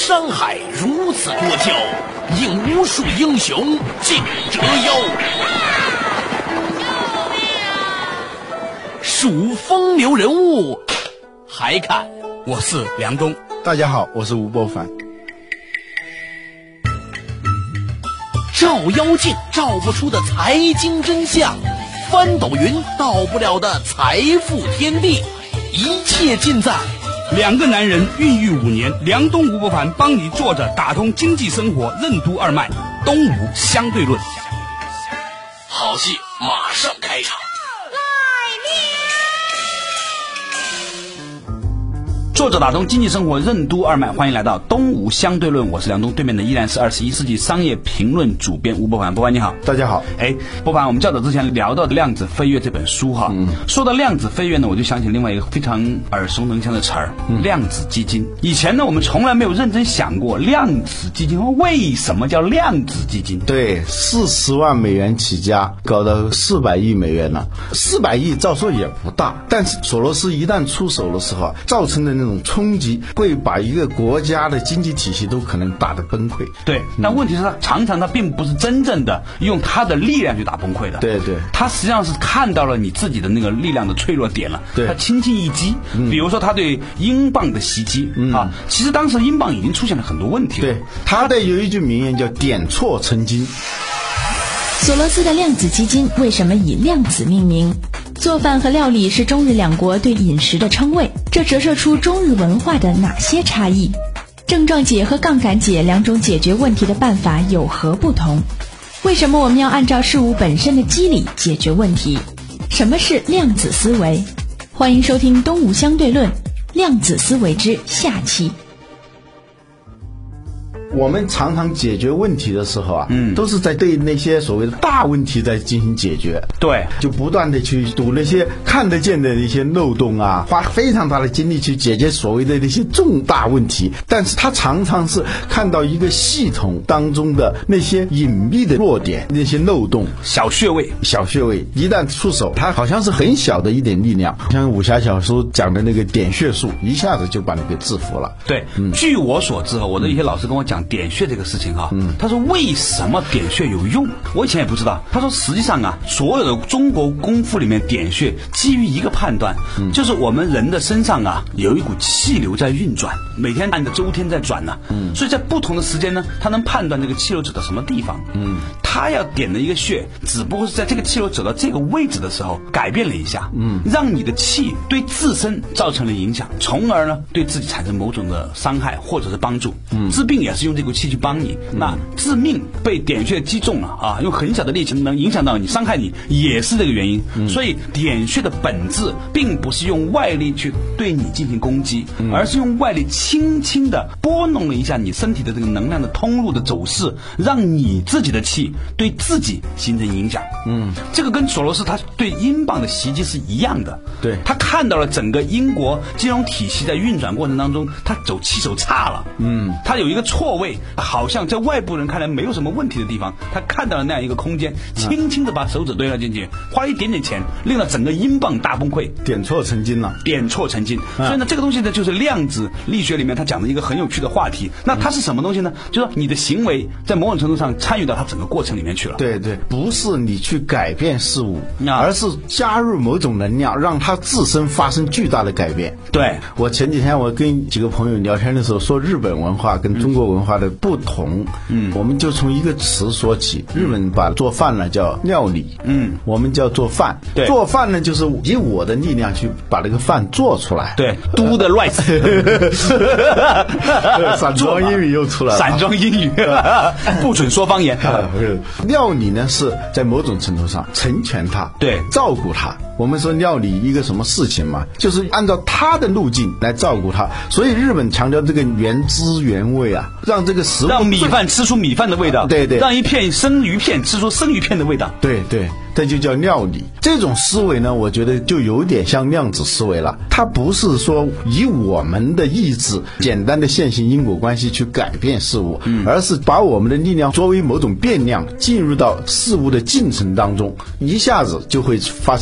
山海如此多娇，引无数英雄竞折腰。数风流人物，还看我是梁冬。 大家好，我是吴伯凡。 照妖镜照不出的财经真相，翻斗云到不了的财富天地，一切尽在两个男人孕育5年，梁冬吴伯凡帮你坐着打通经济生活任督二脉，东吴相对论。 好戏马上开场。 作者打通经济生活任督二脉，欢迎来到东吴相对论，我是梁冬，对面的依然是21世纪商业评论主编吴伯凡。伯凡你好。 大家好。 伯凡，我们较早之前聊到《量子飞跃》这本书哈，说到量子飞跃呢，我就想起另外一个非常耳熟能详的词儿，量子基金。以前呢，我们从来没有认真想过量子基金为什么叫量子基金。 对，40万美元起家，搞到400亿美元了。400亿照说也不大，但是索罗斯一旦出手的时候，造成的那种冲击会把一个国家的经济体系都可能打得崩溃。 对，但问题是他常常并不是真正的用他的力量去打崩溃的。 对对， 他实际上是看到了你自己的那个力量的脆弱点了。 对， 他轻轻一击，比如说他对英镑的袭击啊，其实当时英镑已经出现了很多问题了。 对，他的有一句名言叫点错成金。 索罗斯的量子基金为什么以量子命名？做饭和料理是中日两国对饮食的称谓，这折射出中日文化的哪些差异？症状解和杠杆解两种解决问题的办法有何不同？为什么我们要按照事物本身的机理解决问题？什么是量子思维？欢迎收听东吴相对论，量子思维之下期。 我们常常解决问题的时候都是在对那些所谓的大问题在进行解决。 对， 就不断的去堵那些看得见的一些漏洞啊，花非常大的精力去解决所谓的那些重大问题。但是他常常是看到一个系统当中的那些隐秘的弱点，那些漏洞、 小穴位， 一旦出手，他好像是很小的一点力量，像武侠小说讲的那个点穴术，一下子就把你给制服了。 对，据我所知我的一些老师跟我讲点穴这个事情他说为什么点穴有用？我以前也不知道。他说实际上所有的中国功夫里面点穴基于一个判断，就是我们人的身上有一股气流在运转，每天按着周天在转所以在不同的时间呢，他能判断这个气流走到什么地方。他要点的一个穴，只不过是在这个气流走到这个位置的时候改变了一下，让你的气对自身造成了影响，从而呢对自己产生某种的伤害或者是帮助。治病也是用这股气去帮你，那致命被点穴击中了用很小的力气能影响到你，伤害你也是这个原因。所以点穴的本质并不是用外力去对你进行攻击，而是用外力轻轻的拨弄了一下你身体的这个能量的通路的走势，让你自己的气对自己形成影响。这个跟索罗斯他对英镑的袭击是一样的。 对， 他看到了整个英国金融体系在运转过程当中，他气手差了。他有一个错位，好像在外部人看来没有什么问题的地方，他看到了那样一个空间，轻轻的把手指对了进去，花了一点点钱，令到整个英镑大崩溃， 点错成金了。 所以呢，这个东西呢，就是量子力学里面他讲的一个很有趣的话题。那它是什么东西呢？就是说你的行为在某种程度上参与到它整个过程里面去了。 对对，不是你去改变事物，而是加入某种能量，让它自身发生巨大的改变。 对， 我前几天我跟几个朋友聊天的时候说，日本文化跟中国文化的不同。我们就从一个词说起，日本把做饭呢叫料理，我们叫做饭。 对， 做饭呢就是以我的力量去把这个饭做出来。 对，do the right。 散装英语又出来了， 散装英语不准说方言。 料理呢是在某种程度上成全它， 对， 照顾它。我们说料理一个什么事情嘛，就是按照它的路径来照顾它。所以日本强调这个原汁原味让这个食物， 让米饭吃出米饭的味道， 对对， 让一片生鱼片吃出生鱼片的味道， 对对，这就叫料理。这种思维呢，我觉得就有点像量子思维了。它不是说以我们的意志简单的线性因果关系去改变事物，而是把我们的力量作为某种变量进入到事物的进程当中，一下子就会发生一个非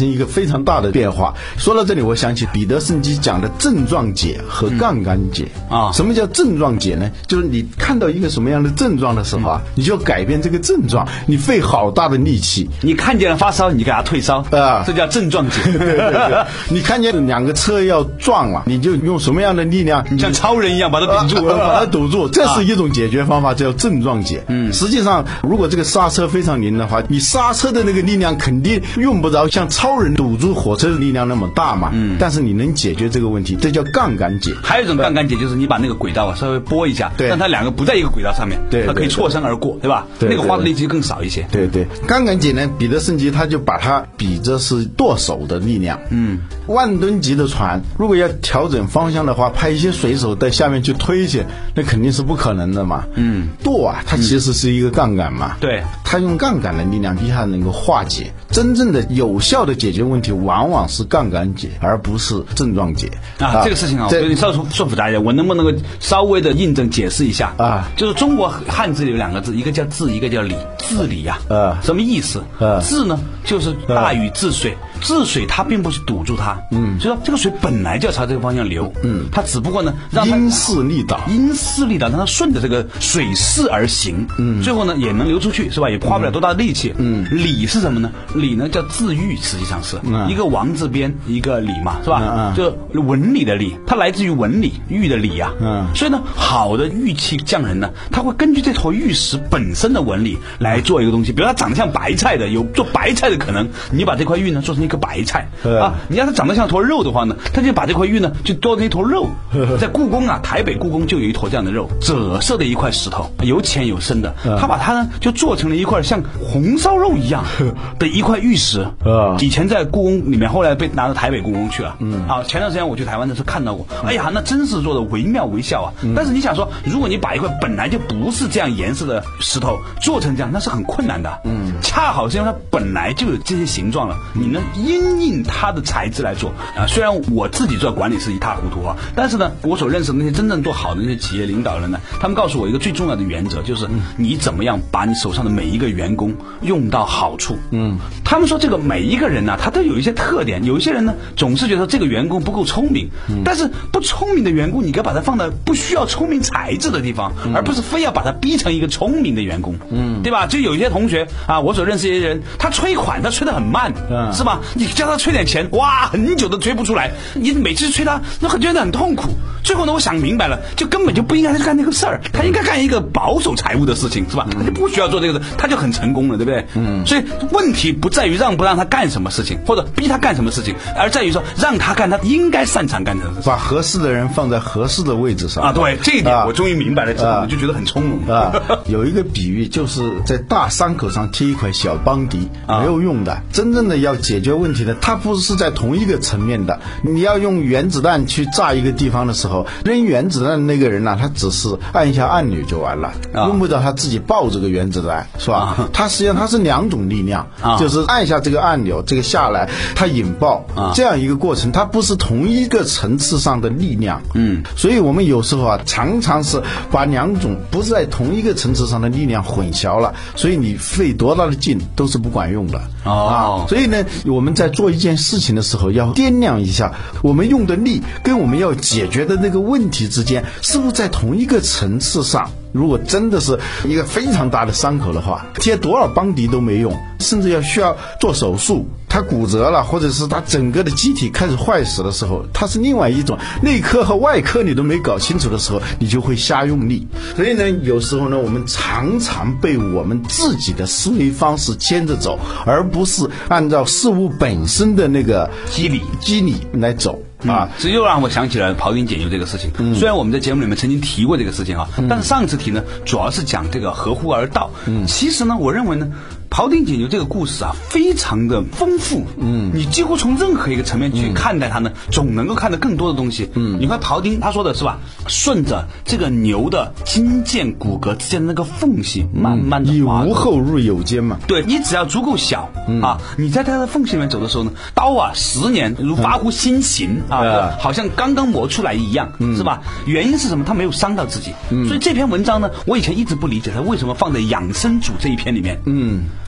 常大的变化。说到这里，我想起彼得圣基讲的症状解和杠杆解啊。什么叫症状解呢？就是你看到一个什么样的症状的时候啊，你就要改变这个症状，你费好大的力气。 你看见了发烧，你给他退烧啊，这叫症状解。 对，你看见两个车要撞了，你就用什么样的力量， 像超人一样把它顶住， 把它堵住，这是一种解决方法，叫症状解。实际上，如果这个刹车非常灵的话，你刹车的那个力量肯定用不着像超人堵住火车的力量那么大嘛。但是你能解决这个问题，这叫杠杆解。 还有一种杠杆解，就是你把那个轨道啊稍微拨一下，让它两个不在一个轨道上面，它可以错身而过，对吧？那个花的力气更少一些。 对，杠杆解呢，彼得圣基他就把它比着是舵手的力量。万吨级的船，如果要调整方向的话，派一些水手在下面去推去，那肯定是不可能的嘛。舵啊，它其实是一个杠杆嘛。 对， 它用杠杆的力量一下能够化解。真正的有效的解决问题，往往是杠杆解，而不是症状解啊。这个事情啊，你稍微说复杂一点，我能不能够稍微的印证解释一下啊？就是中国汉字里有两个字，一个叫治，一个叫理。治理呀，什么意思？治呢，就是大禹治水。治水它并不是堵住它，所以说这个水本来就要朝这个方向流，它只不过呢让它因势利导， 让它顺着这个水势而行，最后呢也能流出去，是吧？也花不了多大的力气。理是什么呢？理呢叫治愈，实际上是一个王字边一个理嘛，是吧？就文理的理，它来自于文理，玉的理啊。所以呢，好的玉器匠人呢，他会根据这坨玉石本身的纹理来做一个东西，比如它长得像白菜的，有做白菜的可能，你把这块玉呢做成一个白菜啊，你要它长得像坨肉的话呢，他就把这块玉呢就做成一坨肉。在故宫啊，台北故宫就有一坨这样的肉，赭色的一块石头，有浅有深的，他把它呢就做成了一块像红烧肉一样的一块玉石。以前在故宫里面，后来被拿到台北故宫去了。前段时间我去台湾的时候看到过，哎呀，那真是做的惟妙惟肖啊。但是你想说，如果你把一块本来就不是这样颜色的石头做成这样，那是很困难的。恰好是因为它本来就有这些形状了，你呢因应它的材质来做啊。虽然我自己做管理是一塌糊涂啊，但是呢，我所认识的那些真正做好的那些企业领导人呢，他们告诉我一个最重要的原则，就是你怎么样把你手上的每一个员工用到好处。他们说这个每一个人呢，他都有一些特点，有一些人呢总是觉得这个员工不够聪明，但是不聪明的员工，你该把它放在不需要聪明才智的地方，而不是非要把他逼成一个聪明的员工。对吧？就有一些同学啊，我所认识一些人，他催款他催得很慢，是吧？你叫他催点钱，哇，很久都催不出来，你每次催他，那觉得很痛苦。最后呢，我想明白了，就根本就不应该干那个事儿，他应该干一个保守财务的事情，是吧？他就不需要做这个事，他就很成功了，对不对？所以问题不在于让不让他干什么事情，或者逼他干什么事情，而在于说让他干他应该擅长干的事情， 把合适的人放在合适的位置上啊。 对，这一点我终于明白了之后，我就觉得很从容啊。有一个比喻，就是在大伤口上贴一块小邦迪，没有用的。真正的要解决问题的，它不是在同一个层面的。你要用原子弹去炸一个地方的时候，扔原子弹的那个人呢，他只是按一下按钮就完了，用不着他自己抱这个原子弹，是吧？它实际上它是两种力量，就是按下这个按钮，这个下来，它引爆这样一个过程，它不是同一个层次上的力量。所以我们有时候啊，常常是把两种不是在同一个层次上的力量混淆了，所以你费多大的劲都是不管用的。所以呢，我们在做一件事情的时候，要掂量一下我们用的力跟我们要解决的那个问题之间是不是在同一个层次上。如果真的是一个非常大的伤口的话，贴多少邦迪都没用，甚至需要做手术，它骨折了，或者是它整个的机体开始坏死的时候，它是另外一种内科和外科你都没搞清楚的时候，你就会瞎用力。所以呢，有时候呢，我们常常被我们自己的思维方式牵着走，而不是按照事物本身的那个机理来走。 这又让我想起了庖丁解牛这个事情。虽然我们在节目里面曾经提过这个事情啊，但是上一次提呢，主要是讲这个合乎而道。其实呢，我认为呢，庖丁解牛这个故事啊，非常的丰富。你几乎从任何一个层面去看待它呢，总能够看到更多的东西。你看庖丁他说的是吧，顺着这个牛的筋腱骨骼之间的那个缝隙，慢慢的以无后入有间嘛。 对，你只要足够小啊，你在它的缝隙里面走的时候呢，刀啊10年如发乎新形啊，好像刚刚磨出来一样，是吧？原因是什么？他没有伤到自己。所以这篇文章呢，我以前一直不理解它为什么放在养生组这一篇里面。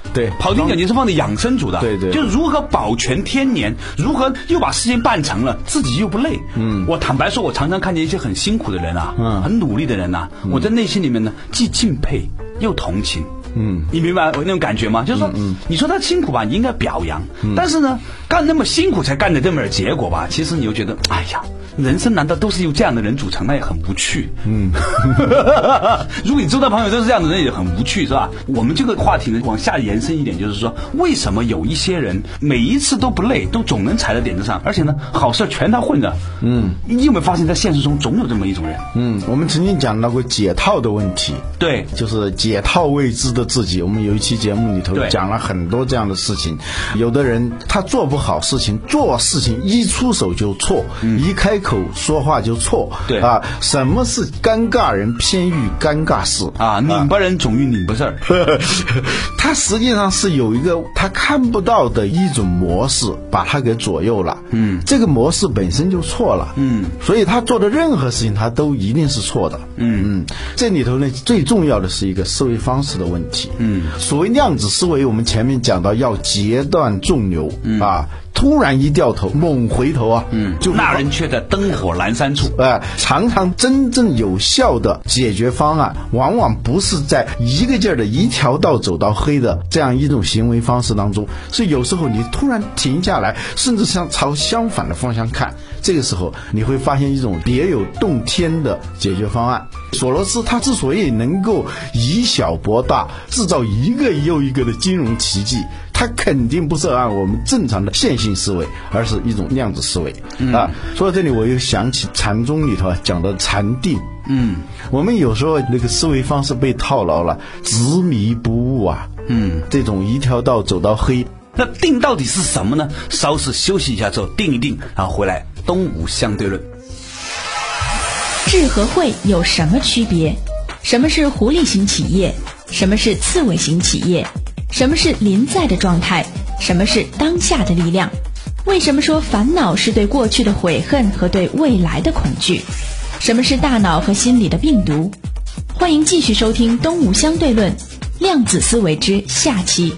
对， 庖丁解牛是放在养生组的， 对对， 就如何保全天年，如何又把事情办成了，自己又不累。我坦白说，我常常看见一些很辛苦的人啊，很努力的人啊，我在内心里面呢，既敬佩又同情。你明白我那种感觉吗？就是说，你说他辛苦吧，你应该表扬，但是呢，干那么辛苦才干的这么点结果吧，其实你又觉得，哎呀，人生难道都是由这样的人组成？那也很无趣。如果你周遭朋友都是这样的人，也很无趣，是吧？我们这个话题呢，往下延伸一点，就是说，为什么有一些人每一次都不累，都总能踩在点子上，而且呢，好事全他混着。你有没有发现，在现实中总有这么一种人？ 我们曾经讲到过解套的问题， 对， 就是解套未知的自己。我们有一期节目里头讲了很多这样的事情。有的人他做不好事情，做事情一出手就错，一开口说话就错。 对啊，什么是尴尬人偏遇尴尬事啊？拧巴人总遇拧巴事儿。 他实际上是有一个他看不到的一种模式，把他给左右了。这个模式本身就错了。所以他做的任何事情，他都一定是错的。这里头呢，最重要的是一个思维方式的问题。所谓量子思维，我们前面讲到要截断纵流啊。突然一掉头，猛回头啊，就那人却在灯火阑珊处。 常常真正有效的解决方案，往往不是在一个劲儿的一条道走到黑的这样一种行为方式当中，是有时候你突然停下来，甚至朝相反的方向看，这个时候你会发现一种别有洞天的解决方案。索罗斯他之所以能够以小博大，制造一个又一个的金融奇迹，它肯定不是按我们正常的线性思维，而是一种量子思维。说到这里，我又想起禅宗里头讲的禅定。我们有时候那个思维方式被套牢了，执迷不悟啊。这种一条道走到黑。 那定到底是什么呢？稍事休息一下之后定一定，然后回来东吴相对论。 智和慧有什么区别？什么是狐狸型企业？什么是刺猬型企业？什么是临在的状态？什么是当下的力量？为什么说烦恼是对过去的悔恨和对未来的恐惧？什么是大脑和心理的病毒？欢迎继续收听东吴相对论量子思维之下期。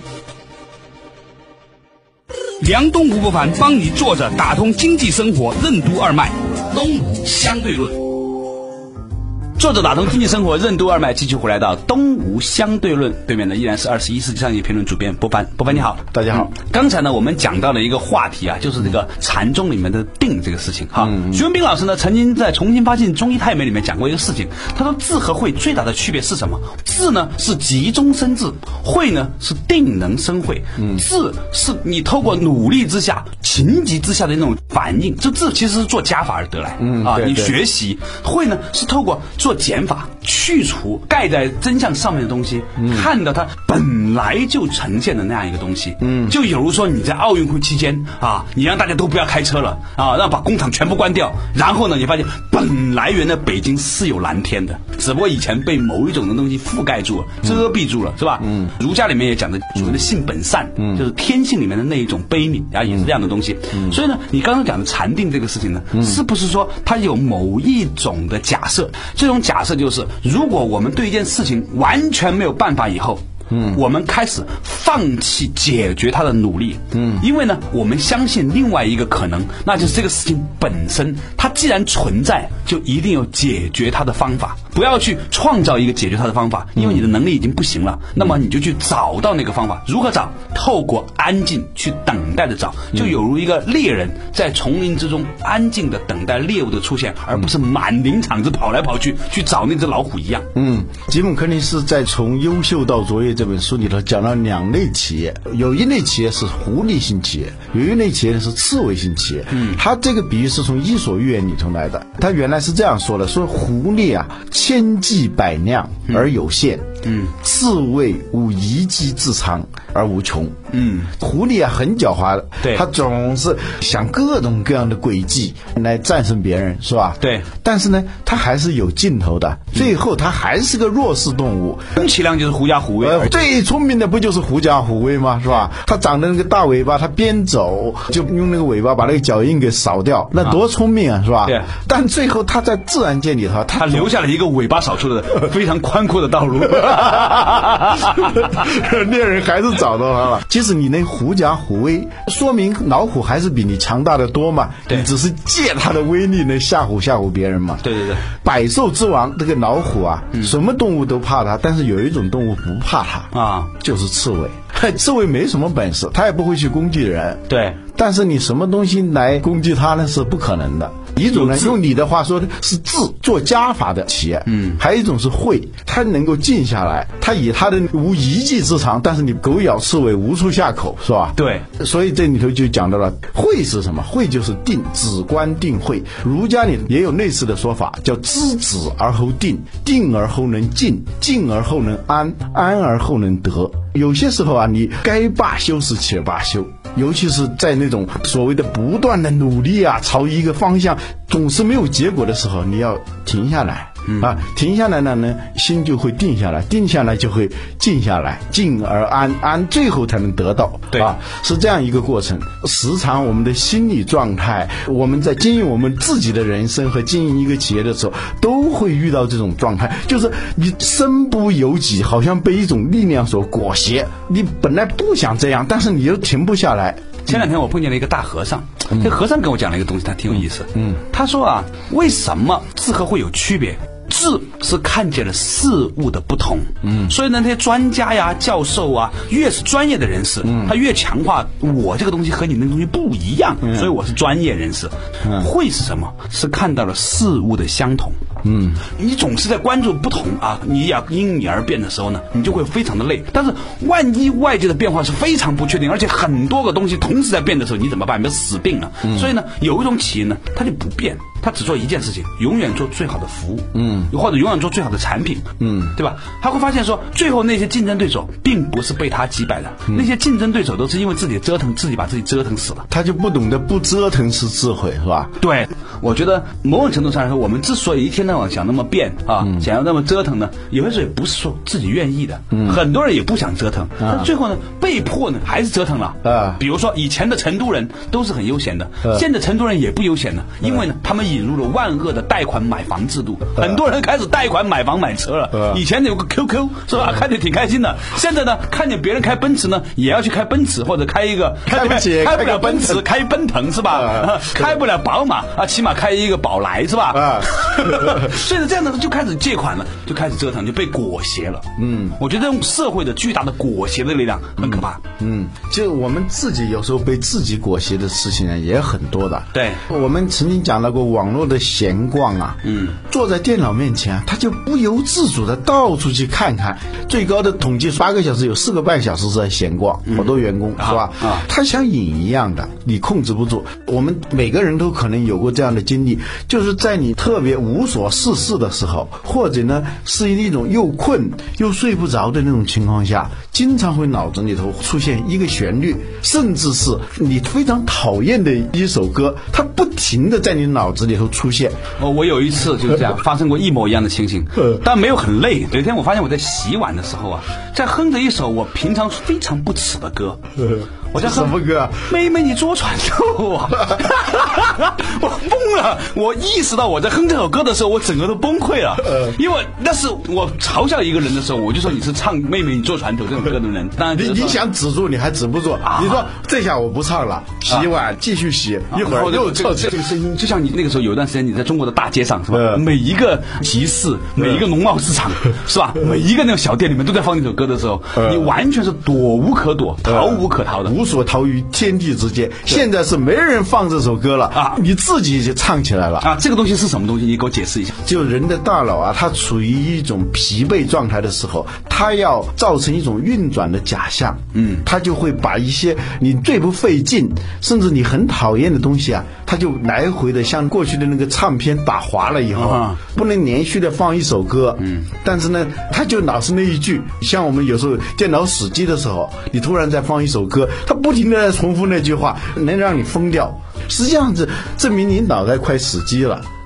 梁东吴不凡帮你坐着打通经济生活任督二脉，东吴相对论。 作者打通经济生活任督二脉，继续回来到东吴相对论，对面的依然是21世纪商业评论主编波凡。波凡你好。 大家好。 刚才呢我们讲到了一个话题啊，就是这个禅宗里面的定这个事情哈。徐文斌老师呢曾经在重新发现中医太美里面讲过一个事情，他说智和慧最大的区别是什么？智呢是急中生智，慧呢是定能生慧。智是你透过努力之下情急之下的那种反应，这智其实是做加法而得来。你学习。慧呢是透过做减法，去除盖在真相上面的东西，看到它本来就呈现的那样一个东西。就有如说你在奥运会期间啊，你让大家都不要开车了啊，让把工厂全部关掉，然后呢你发现本来原来北京是有蓝天的，只不过以前被某一种的东西覆盖住了，遮蔽住了，是吧？儒家里面也讲的所谓的性本善，就是天性里面的那一种悲悯啊，也是这样的东西。所以呢你刚刚讲的禅定这个事情呢，是不是说它有某一种的假设？这种假设就是，如果我们对一件事情完全没有办法以后，我们开始放弃解决它的努力。因为呢我们相信另外一个可能，那就是这个事情本身它既然存在，就一定有解决它的方法。不要去创造一个解决它的方法，因为你的能力已经不行了，那么你就去找到那个方法。如何找？透过安静去等待的找，就有如一个猎人在丛林之中安静的等待猎物的出现，而不是满林场子跑来跑去去找那只老虎一样。 吉姆·柯林斯在《从优秀到卓越》这本书里头讲了两类企业，有一类企业是狐狸型企业，有一类企业是刺猬型企业。他这个比喻是从《伊索寓言》里头来的。他原来是这样说的，说狐狸啊千计百量而有限，刺猬无一技之长而无穷。狐狸啊很狡猾的， 对， 他总是想各种各样的诡计来战胜别人，是吧？ 对。 但是呢他还是有尽头的，最后他还是个弱势动物。 充其量就是狐假虎威。 最聪明的不就是狐假虎威吗？是吧？他长的那个大尾巴，他边走就用那个尾巴把那个脚印给扫掉，那多聪明啊，是吧？ 对。 但最后他在自然界里头， 他留下了一个尾巴扫出的非常宽阔的道路。 猎人还是找到他了。即使你那狐假虎威，说明老虎还是比你强大的多嘛。你只是借它的威力呢吓唬别人嘛。 对， 百兽之王这个老虎啊，什么动物都怕它，但是有一种动物不怕它啊，就是刺猬。刺猬没什么本事，它也不会去攻击人。 对， 但是你什么东西来攻击它呢？是不可能的。一种呢，用你的话说是智，做加法的企业，还有一种是慧，它能够静下来，它以它的无一技之长，但是你狗咬刺猬无处下口，是吧？ 对， 所以这里头就讲到了慧是什么？慧就是定，止观定慧。儒家里也有类似的说法，叫知止而后定，定而后能静，静而后能安，安而后能得。有些时候啊，你该罢休时且罢休，尤其是在那种所谓的不断的努力啊，朝一个方向总是没有结果的时候，你要停下来。停下来了呢，心就会定下来，定下来就会静下来，静而安，安最后才能得到。 对是这样一个过程。时常我们的心理状态，我们在经营我们自己的人生和经营一个企业的时候，都会遇到这种状态，就是你身不由己，好像被一种力量所裹挟，你本来不想这样，但是你又停不下来。 前两天我碰见了一个大和尚，这和尚跟我讲了一个东西，他挺有意思。他说啊，为什么智和会有区别？智是看见了事物的不同，所以呢，那些专家呀、教授啊，越是专业的人士，他越强化我这个东西和你那个东西不一样，所以我是专业人士。慧是什么？是看到了事物的相同。你总是在关注不同啊，你要因你而变的时候呢，你就会非常的累。但是万一外界的变化是非常不确定，而且很多个东西同时在变的时候，你怎么办？你就死定了。所以呢，有一种企业呢，它就不变，它只做一件事情，永远做最好的服务，或者永远做最好的产品，对吧？他会发现说，最后那些竞争对手并不是被他击败的，那些竞争对手都是因为自己折腾，自己把自己折腾死了。 他就不懂得不折腾是智慧，是吧？ 对，我觉得某种程度上来说，我们之所以一天到晚想那么变啊，想要那么折腾呢，有些时候也不是说自己愿意的，很多人也不想折腾，但最后呢，被迫呢还是折腾了。比如说以前的成都人都是很悠闲的，现在成都人也不悠闲的，因为呢，他们引入了万恶的贷款买房制度，很多人开始贷款买房买车了。以前有个 QQ 是吧，开得挺开心的，现在呢，看见别人开奔驰呢，也要去开奔驰，或者开一个开不了奔驰，开奔腾是吧？开不了宝马啊，起码开一个宝来是吧？所以呢，这样呢就开始借款了，就开始折腾，就被裹挟了。我觉得这种社会的巨大的裹挟的力量很可怕。 就我们自己有时候被自己裹挟的事情呢也很多的。 对， 我们曾经讲到过网络的闲逛啊，坐在电脑面前，他就不由自主的到处去看看。最高的统计8个小时有4个半小时是在闲逛，好多员工是吧？他像瘾一样的，你控制不住。我们每个人都可能有过这样的经历，就是在你特别无所事事的时候，或者呢是一种又困又睡不着的那种情况下，经常会脑子里头出现一个旋律，甚至是你非常讨厌的一首歌，它不停的在你脑子里头出现。 我有一次就是这样发生过一模一样的情形，但没有很累。有一天我发现我在洗碗的时候啊，在哼着一首我平常非常不耻的歌。我在哼什么歌啊？ 妹妹你坐船头啊！我疯了！我意识到我在哼这首歌的时候，我整个都崩溃了。因为那是我嘲笑一个人的时候，我就说你是唱妹妹你坐船头这种歌的人。当然你想止住，你还止不住。你说这下我不唱了，洗碗继续洗，一会儿又唱这个声音，就像你那个时候有一段时间你在中国的大街上是吧？每一个集市，每一个农贸市场是吧？每一个那种小店里面都在放那首歌的时候，你完全是躲无可躲，逃无可逃的。 无所逃于天地之间。现在是没人放这首歌了啊，你自己就唱起来了啊！这个东西是什么东西？你给我解释一下。 就人的大脑啊，它处于一种疲惫状态的时候，它要造成一种运转的假象，它就会把一些你最不费劲，甚至你很讨厌的东西啊，它就来回的像过去的那个唱片打滑了以后，不能连续的放一首歌，但是呢，它就老是那一句。像我们有时候电脑死机的时候，你突然再放一首歌，它不停的在重复那句话，能让你疯掉。实际上是证明你脑袋快死机了。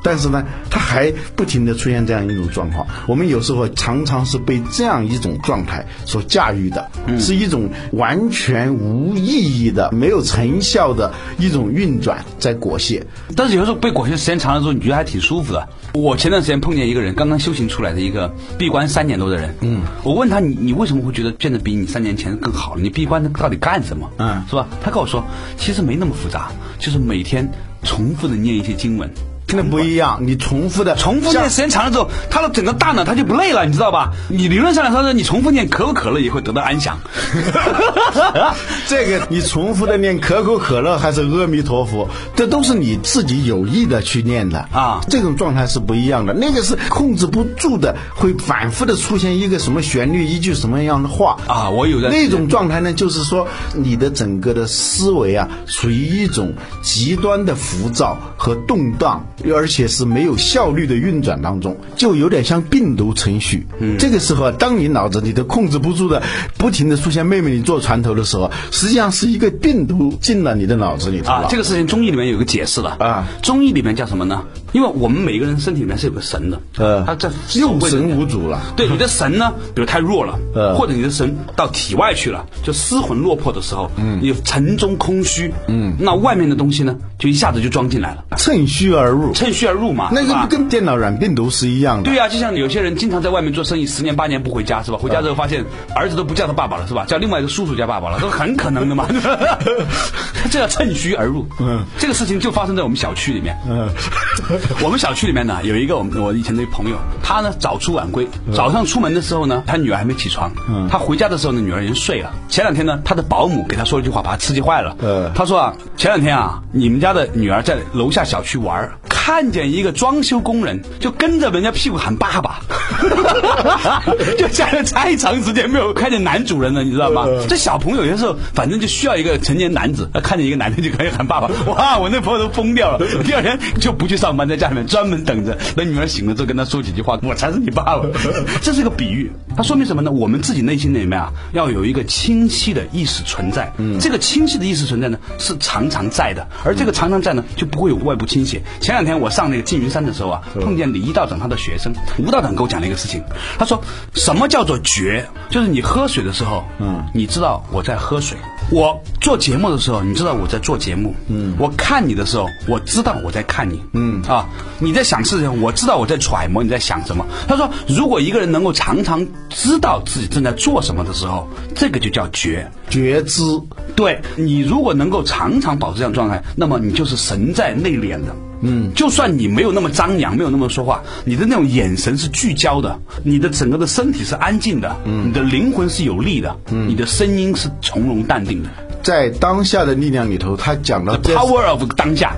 但是呢，它还不停地出现这样一种状况。我们有时候常常是被这样一种状态所驾驭的，是一种完全无意义的、没有成效的一种运转在裹挟。 但是有时候被裹挟时间长了之后，你觉得还挺舒服的。我前段时间碰见一个人，刚刚修行出来的一个闭关3年多的人，我问他你为什么会觉得变得比你3年前更好了？你闭关到底干什么？是吧？他跟我说，其实没那么复杂，就是每天重复的念一些经文。 那不一样，你重复念时间长了之后，他的整个大脑他就不累了，你知道吧？你理论上来说，你重复念可口可乐也会得到安详。 这个你重复的念可口可乐还是阿弥陀佛，这都是你自己有意的去念的啊。这种状态是不一样的，那个是控制不住的，会反复的出现一个什么旋律，一句什么样的话啊。我有的那种状态呢，就是说你的整个的思维啊，处于一种极端的浮躁和动荡。而且是没有效率的运转当中，就有点像病毒程序。这个时候，当你脑子里都控制不住的，不停的出现妹妹你坐船头的时候，实际上是一个病毒进了你的脑子里头啊。这个事情中医里面有个解释的啊，中医里面叫什么呢？因为我们每个人身体里面是有个神的，它在六神无主了。 对，你的神呢，比如太弱了，或者你的神到体外去了，就失魂落魄的时候，你沉中空虚，那外面的东西呢，就一下子就装进来了， 趁虚而入嘛。 那个跟电脑软病毒是一样的。 对啊，就像有些人经常在外面做生意，10年8年不回家是吧？回家之后发现儿子都不叫他爸爸了是吧？叫另外一个叔叔叫爸爸了，都很可能的嘛。这叫趁虚而入。这个事情就发生在我们小区里面。我们小区里面呢有一个我以前的朋友，他呢早出晚归，早上出门的时候呢，他女儿还没起床，他回家的时候呢，女儿已经睡了。前2天呢，他的保姆给他说了一句话，把他刺激坏了。他说啊，前2天啊，你们家的女儿在楼下小区玩，看见一个装修工人就跟着人家屁股喊爸爸，就家人太长时间没有看见男主人了，你知道吗？这小朋友有些时候反正就需要一个成年男子，看见一个男的就可以喊爸爸。哇，我那朋友都疯掉了。第2天就不去上班，在家里面专门等着，等女儿醒了之后跟他说几句话，我才是你爸爸。这是个比喻，它说明什么呢？我们自己内心里面啊，要有一个清晰的意识存在。这个清晰的意识存在呢，是常常在的，而这个常常在呢，就不会有外部倾斜。前2天我上那个缙云山的时候啊，碰见李一道长他的学生吴道长给我讲了一个事情，他说什么叫做觉，就是你喝水的时候，你知道我在喝水；我做节目的时候，你知道我在做节目；我看你的时候，我知道我在看你；你在想事情，我知道我在揣摩你在想什么。他说，如果一个人能够常常知道自己正在做什么的时候，这个就叫觉知。 对，你如果能够常常保持这样状态，那么你就是神在内敛的。就算你没有那么张扬，没有那么说话，你的那种眼神是聚焦的，你的整个的身体是安静的，你的灵魂是有力的，你的声音是从容淡定的。 在当下的力量里头，他讲到 The power of 当下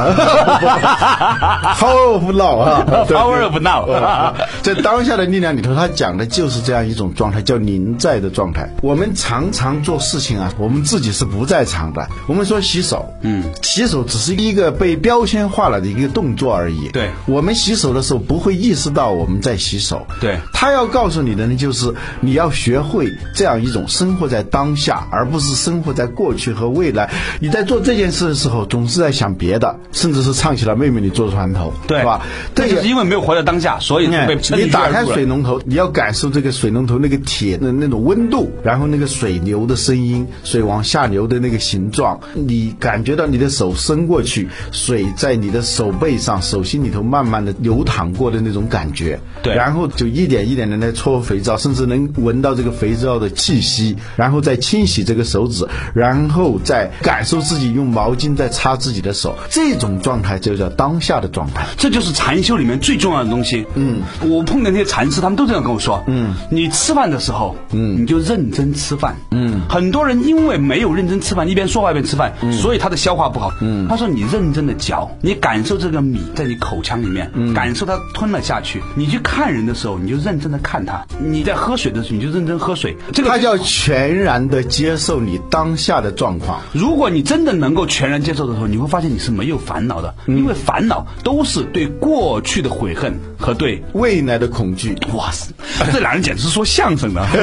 ，power of now 啊 ，power of now 在当下的力量里头，他讲的就是这样一种状态，叫临在的状态。我们常常做事情啊，我们自己是不在场的。我们说洗手，洗手只是一个被标签化了的一个动作而已。 对， 我们洗手的时候不会意识到我们在洗手。 对， 他要告诉你的呢，就是你要学会这样一种生活在当下，而不是生活在过去和未来。你在做这件事的时候，总是在想别的，甚至是唱起了妹妹你坐船头， 对是吧？ 这就是因为没有活在当下，所以被你打开水龙头，你要感受这个水龙头那个铁的那种温度，然后那个水流的声音，水往下流的那个形状，你感觉到你的手伸过去，水在你的手背上、手心里头慢慢的流淌过的那种感觉。 对， 然后就一点一点的来搓肥皂，甚至能闻到这个肥皂的气息，然后再清洗这个手指，然后再感受自己用毛巾在擦自己的手，这种状态就叫当下的状态。 这就是禅修里面最重要的东西。我碰见那些禅师，他们都这样跟我说。你吃饭的时候，你就认真吃饭。很多人因为没有认真吃饭，一边说话一边吃饭，所以他的消化不好。他说你认真的嚼，你感受这个米在你口腔里面，感受它吞了下去。你去看人的时候，你就认真的看他；你在喝水的时候，你就认真喝水。这个他叫全然的接受你当下的状况。 如果你真的能够全然接受的时候，你会发现你是没有烦恼的，因为烦恼都是对过去的悔恨和对未来的恐惧。 哇塞，这俩人简直是说相声的。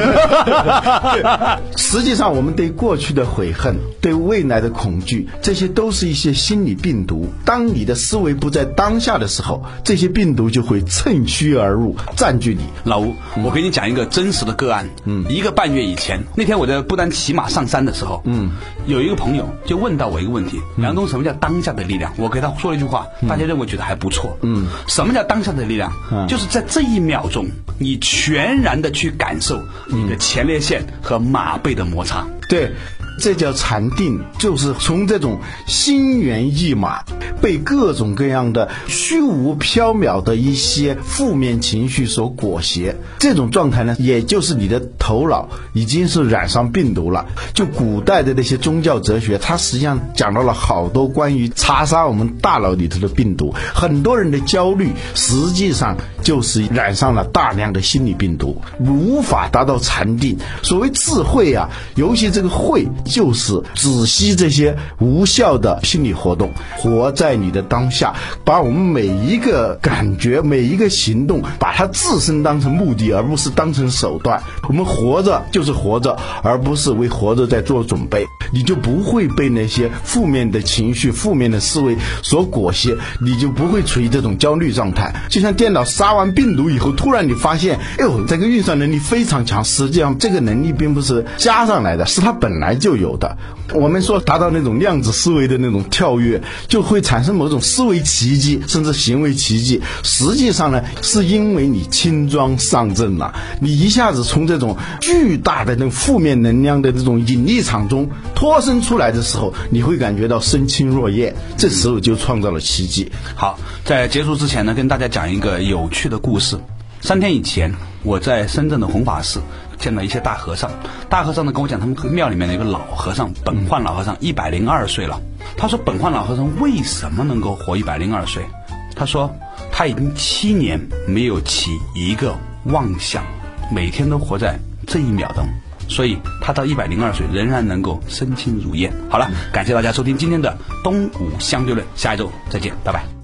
实际上，我们对过去的悔恨，对未来的恐惧，这些都是一些心理病毒。当你的思维不在当下的时候，这些病毒就会趁虚而入，占据你。 老吴，我给你讲一个真实的个案。1个半月以前，那天我在不丹骑马上山的时候，有一个朋友就问到我一个问题：梁冬，什么叫当下的力量？我给他说了一句话，大家认为觉得还不错。什么叫当下的力量？就是在这一秒钟，你全然的去感受你的前列腺和马背的摩擦。 对，这叫禅定，就是从这种心猿意马，被各种各样的虚无缥缈的一些负面情绪所裹挟，这种状态呢，也就是你的头脑已经是染上病毒了。就古代的那些宗教哲学，它实际上讲到了好多关于插杀我们大脑里头的病毒。很多人的焦虑实际上就是染上了大量的心理病毒，无法达到禅定。所谓智慧啊，尤其这个慧，就是止息这些无效的心理活动，活在你的当下，把我们每一个感觉、每一个行动，把它自身当成目的，而不是当成手段。我们活着就是活着，而不是为活着在做准备。你就不会被那些负面的情绪、负面的思维所裹挟，你就不会处于这种焦虑状态。就像电脑杀完病毒以后，突然你发现，哎呦，这个运算能力非常强，实际上这个能力并不是加上来的，是它本来就有的。我们说达到那种量子思维的那种跳跃，就会产生某种思维奇迹，甚至行为奇迹。实际上呢，是因为你轻装上阵了，你一下子从这种巨大的那种负面能量的这种引力场中脱身出来的时候，你会感觉到身轻若燕，这时候就创造了奇迹。 好，在结束之前呢，跟大家讲一个有趣的故事。3天以前，我在深圳的弘法寺见到一些大和尚，大和尚呢跟我讲，他们庙里面的一个老和尚，本焕老和尚102岁了。他说本焕老和尚为什么能够活102岁？他说他已经7年没有起一个妄想，每天都活在这一秒钟，所以他到102岁仍然能够身轻如燕。好了，感谢大家收听今天的东吴相对论，下一周再见，拜拜。